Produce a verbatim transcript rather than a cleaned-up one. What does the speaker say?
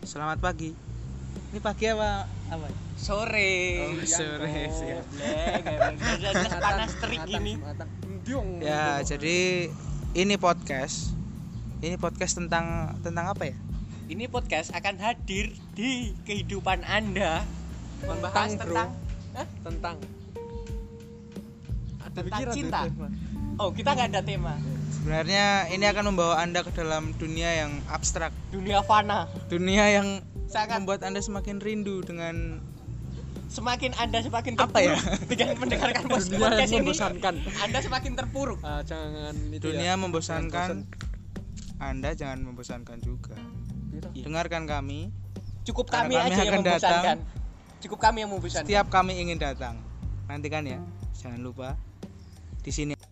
selamat pagi. Ini pagi apa apa? Sore. Oh, sore. Siap. Udah panas terik gini. Ya, jadi ini podcast. Ini podcast tentang tentang apa ya? Ini podcast akan hadir di kehidupan Anda membahas tentang Hah? tentang ada tentang pikiran cinta. itu, Oh, kita nggak ada tema. Sebenarnya ini akan membawa Anda ke dalam dunia yang abstrak, Dunia fana. dunia yang Sangat membuat Anda semakin rindu dengan semakin Anda semakin apa ya? terpuruk dengan mendengarkan dunia podcast yang ini. membosankan. Anda semakin terpuruk. Ah, jangan itu dunia ya. membosankan. Jangan Anda jangan membosankan juga. bosan. Iya. Dengarkan kami. Cukup Karena kami, kami aja yang akan datang. membosankan. Cukup kami yang membosankan. Setiap kami ingin datang. Nantikan ya. Jangan lupa di sini.